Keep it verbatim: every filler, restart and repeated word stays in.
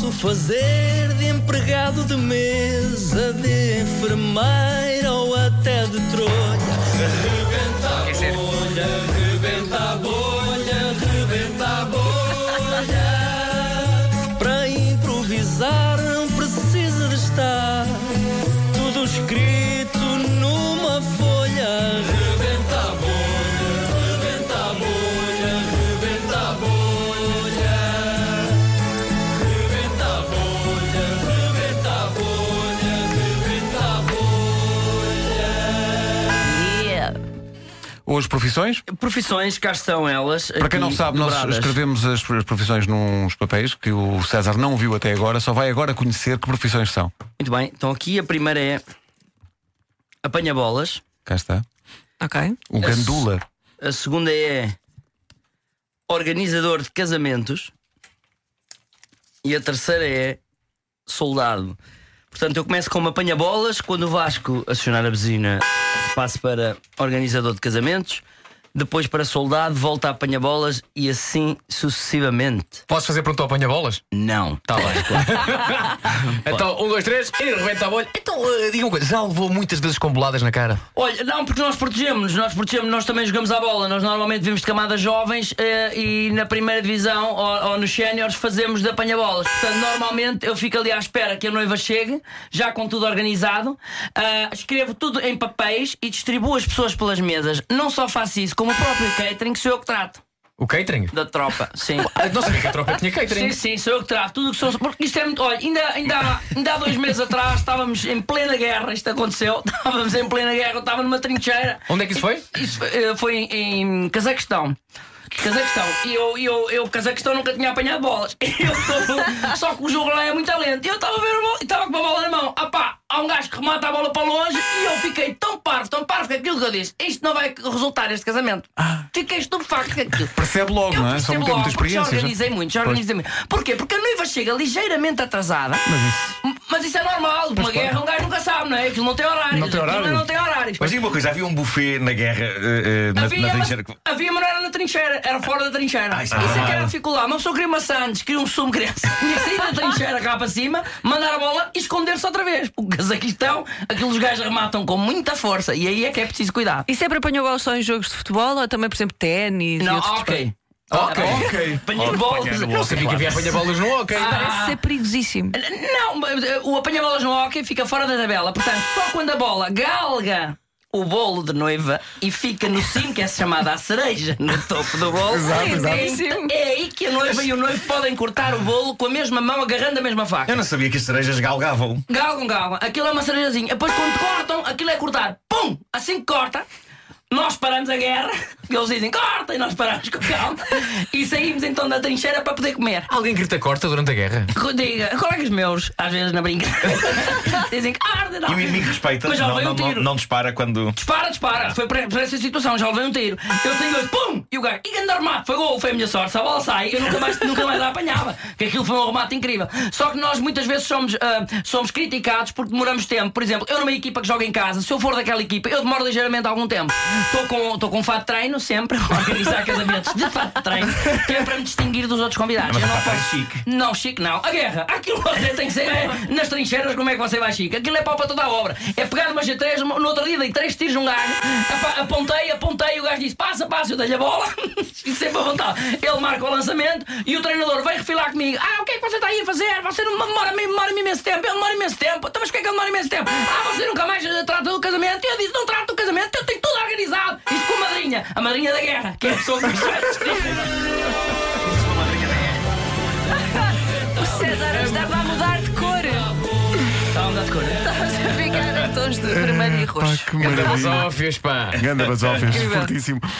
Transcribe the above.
posso fazer de empregado de mesa, de enfermeira ou até de trolha. Rebenta a bolha, rebenta a bolha, rebenta a bolha. Para improvisar não precisa de estar tudo escrito numa folha. Rebenta a bolha, rebenta a bolha, rebenta a bolha. Rebenta a bolha, rebenta a bolha, rebenta a bolha. Yeah. Hoje, profissões? Profissões, cá estão elas. Para quem não sabe, nós dobradas. escrevemos as profissões nos papéis que o César não viu até agora, só vai agora conhecer que profissões são. Muito bem, então aqui a primeira é apanha-bolas. Cá está. Ok. O gandula. A segunda é organizador de casamentos. E a terceira é soldado. Portanto, eu começo como apanha-bolas. Quando o Vasco acionar a buzina, passo para organizador de casamentos. Depois para soldado, volta a apanha-bolas e assim sucessivamente. Posso fazer pergunta ao apanha-bolas? Não. Tá bem. Então, um, dois, três e rebenta a bolha. Então, uh, diga uma coisa, já levou muitas vezes com boladas na cara? Olha, não, porque nós protegemos, nós protegemos, nós também jogamos à bola. Nós normalmente vimos de camadas jovens eh, e na primeira divisão ou, ou nos séniores fazemos de apanha-bolas. Portanto, normalmente eu fico ali à espera que a noiva chegue, já com tudo organizado, ah, escrevo tudo em papéis e distribuo as pessoas pelas mesas. Não só faço isso, como o próprio catering, sou eu que trato. O catering? Da tropa, sim. Ah, não sabia que a tropa tinha catering. Sim, sim, sou eu que trato tudo o que sou. Porque isto é muito. Olha, ainda, ainda, há, ainda há dois meses atrás estávamos em plena guerra, isto aconteceu. Estávamos em plena guerra, eu estava numa trincheira. Onde é que isso foi? Isso foi, foi em, em Cazaquistão. Cazaquistão. E eu, eu, eu, Cazaquistão, nunca tinha apanhado bolas. Eu tô, só que o jogo lá é muito lento. E eu estava a ver a bola e estava com a bola na mão. Ah pá, há um gajo que remata a bola para longe e eu fiquei tão parvo, tão parvo que aquilo que eu disse, isto não vai resultar este casamento. Fiquei estupefacto com aquilo. Percebe logo, Eu não é? São percebo muita, muita logo, porque já experiência. organizei muito, já organizei muito. Porquê? Porque a noiva chega ligeiramente atrasada. Mas isso. Mas isso é normal, uma guerra um gajo nunca sabe, não é? Aquilo não tem horários. Não tem Aquilo horário. não tem horários. Mas diga uma coisa, havia um buffet na guerra, eh, eh, na, Havia, na mas, trincheira. havia, mas não era na trincheira, era fora da trincheira. Ah, isso isso é é que era a dificuldade. Uma pessoa queria maçãs, queria um sumo, queria tinha que sair da trincheira cá para cima, mandar a bola e esconder-se outra vez. O Cazaquistão, aqueles gajos rematam com muita força e aí é que é preciso cuidar. Isso é para apanha-bolas só em jogos de futebol ou também, por exemplo, ténis? Não, e outros ok. Ok. Ok. Apanhei bolas. Não sabia que havia apanha-bolas no hockey. Parece ser perigosíssimo. Não, mas, uh, o apanha-bolas no hóquei fica fora da tabela. Portanto, só quando a bola galga o bolo de noiva e fica no cimo, que é chamada a cereja, no topo do bolo. Exato, exato. É, é aí que a noiva e o noivo podem cortar o bolo com a mesma mão, agarrando a mesma faca. Eu não sabia que as cerejas galgavam. Galgam, galgam. Aquilo é uma cerejazinha. Depois, quando cortam, aquilo é cortar. Pum! Assim que corta, nós paramos a guerra. Eles dizem corta e nós paramos com calma. E saímos então da trincheira para poder comer. Alguém grita corta durante a guerra? Diga, colegas meus, às vezes na brincadeira, dizem que arde, não. E o inimigo respeita, Mas já não, levei não, um não, tiro. não dispara quando. Dispara, dispara. Foi para, para essa situação, já levei um tiro. Eu saí hoje, pum! E o gajo, e grande remate, foi gol, foi a minha sorte. Se a bola sai, eu nunca mais, nunca mais a apanhava. Porque aquilo foi um remate incrível. Só que nós muitas vezes somos, ah, somos criticados porque demoramos tempo. Por exemplo, eu numa equipa que joga em casa, se eu for daquela equipa, eu demoro ligeiramente algum tempo. Estou com, estou com um fato de treino sempre, a organizar casamentos de fato de treino, que é para me distinguir dos outros convidados. Mas Eu o não fato posso. é chique. Não, chique não. A guerra, aquilo você tem que ser é, nas trincheiras, como é que você vai chique? Aquilo é pau para toda a obra. É pegar uma G três, no outro dia dei três tiros num gajo, apa- apontei, apontei, o gajo disse passa, passa, eu dei-lhe a bola, e sempre a vontade. Ele marca o lançamento e o treinador vem refilar comigo. Ah, o que é que você está aí a fazer? Você não demora, demora imenso tempo, ele demora imenso tempo. Então, mas o que é que ele demora imenso tempo? Ah, você nunca mais trata do casamento. E eu disse, não trato do casamento, eu tenho tudo organizado. Isto com a madrinha, a madrinha da guerra, que é a pessoa que me vai O César estava a mudar de cor. Está a mudar de cor. Estavas a ficar em tons de vermelho e roxo. Que Ganda maravilha. basófias, pá. Ganda basófias, Incrível. fortíssimo.